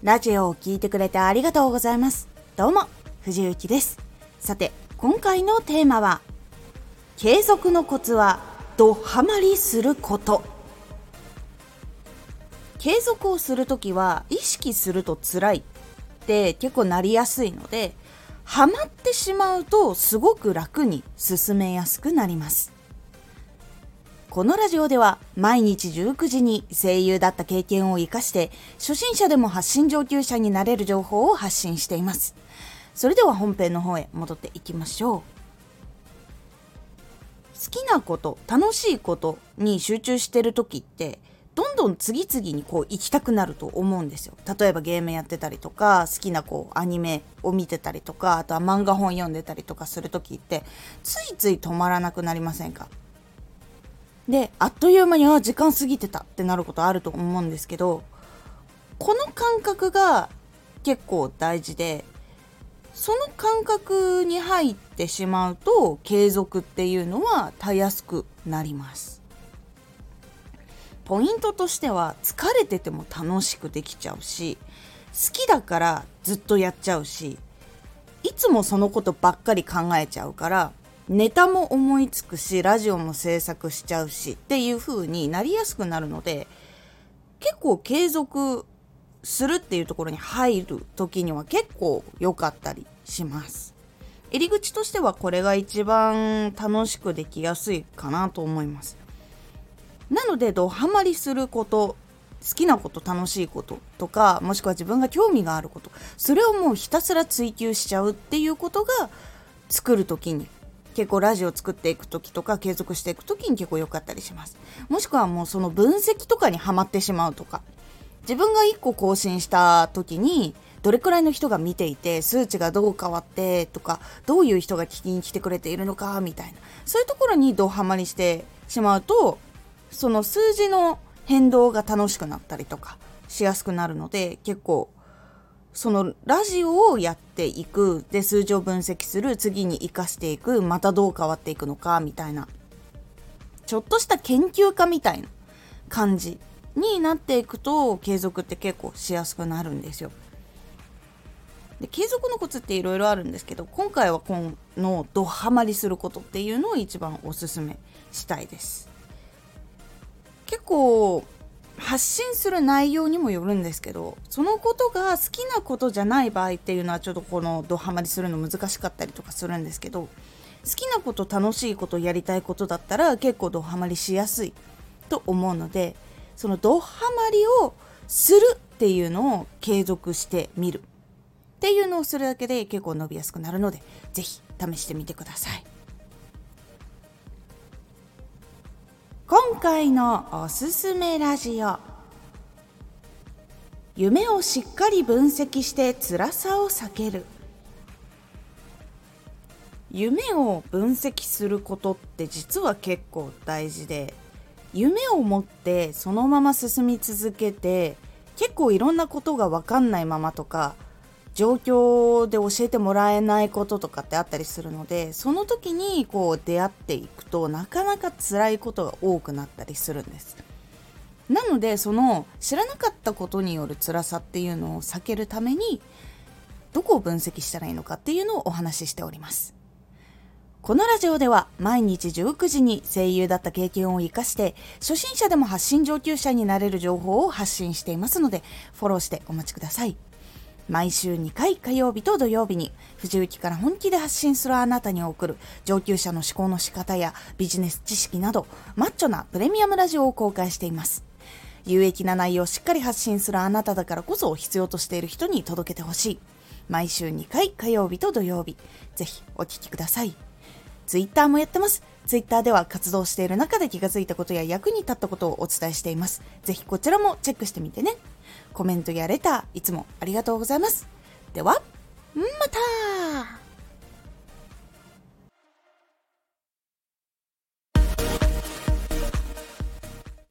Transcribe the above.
ラジオを聞いてくれてありがとうございます。どうも、藤幸です。さて、今回のテーマは、継続のコツはドハマりすること。継続をするときは意識すると辛いって結構なりやすいので、ハマってしまうとすごく楽に進めやすくなります。このラジオでは毎日19時に声優だった経験を生かして初心者でも発信上級者になれる情報を発信しています。それでは本編の方へ戻っていきましょう。好きなこと、楽しいことに集中してる時ってどんどん次々に行きたくなると思うんですよ。例えばゲームやってたりとか、好きなアニメを見てたりとか、あとは漫画本読んでたりとかする時ってついつい止まらなくなりませんか？で、あっという間に時間過ぎてたってなることあると思うんですけど、この感覚が結構大事で、その感覚に入ってしまうと継続っていうのはたやすくなります。ポイントとしては、疲れてても楽しくできちゃうし、好きだからずっとやっちゃうし、いつもそのことばっかり考えちゃうからネタも思いつくし、ラジオも制作しちゃうしっていう風になりやすくなるので、結構継続するっていうところに入る時には結構良かったりします。入り口としてはこれが一番楽しくできやすいかなと思います。なので、ドハマりすること、好きなこと、楽しいこととか、もしくは自分が興味があること、それをもうひたすら追求しちゃうっていうことが、作る時に結構、ラジオ作っていく時とか継続していく時に結構良かったりします。もしくはもうその分析とかにはまってしまうとか、自分が1個更新した時にどれくらいの人が見ていて、数値がどう変わってとか、どういう人が聞きに来てくれているのかみたいな、そういうところにドハマりしてしまうと、その数字の変動が楽しくなったりとかしやすくなるので、結構そのラジオをやっていく、で数字を分析する、次に活かしていく、またどう変わっていくのかみたいな、ちょっとした研究家みたいな感じになっていくと継続って結構しやすくなるんですよ。で、継続のコツっていろいろあるんですけど、今回はこのドハマりすることっていうのを一番おすすめしたいです。結構発信する内容にもよるんですけど、そのことが好きなことじゃない場合っていうのはちょっとこのドハマりするの難しかったりとかするんですけど、好きなこと、楽しいこと、やりたいことだったら結構ドハマりしやすいと思うので、そのドハマりをするっていうのを継続してみるっていうのをするだけで結構伸びやすくなるので、ぜひ試してみてください。今回のおすすめラジオ、夢をしっかり分析して辛さを避ける。夢を分析することって実は結構大事で、夢を持ってそのまま進み続けて、結構いろんなことが分かんないままとか、状況で教えてもらえないこととかってあったりするので、その時に出会っていくとなかなか辛いことが多くなったりするんです。なので、その知らなかったことによる辛さっていうのを避けるために、どこを分析したらいいのかっていうのをお話ししております。このラジオでは毎日19時に声優だった経験を生かして初心者でも発信上級者になれる情報を発信していますので、フォローしてお待ちください。毎週2回、火曜日と土曜日に藤雪から本気で発信するあなたに送る上級者の思考の仕方やビジネス知識などマッチョなプレミアムラジオを公開しています。有益な内容をしっかり発信するあなただからこそ必要としている人に届けてほしい。毎週2回、火曜日と土曜日、ぜひお聞きください。ツイッターもやってます。ツイッターでは活動している中で気がついたことや役に立ったことをお伝えしています。ぜひこちらもチェックしてみてね。コメントやレターいつもありがとうございます。では、また。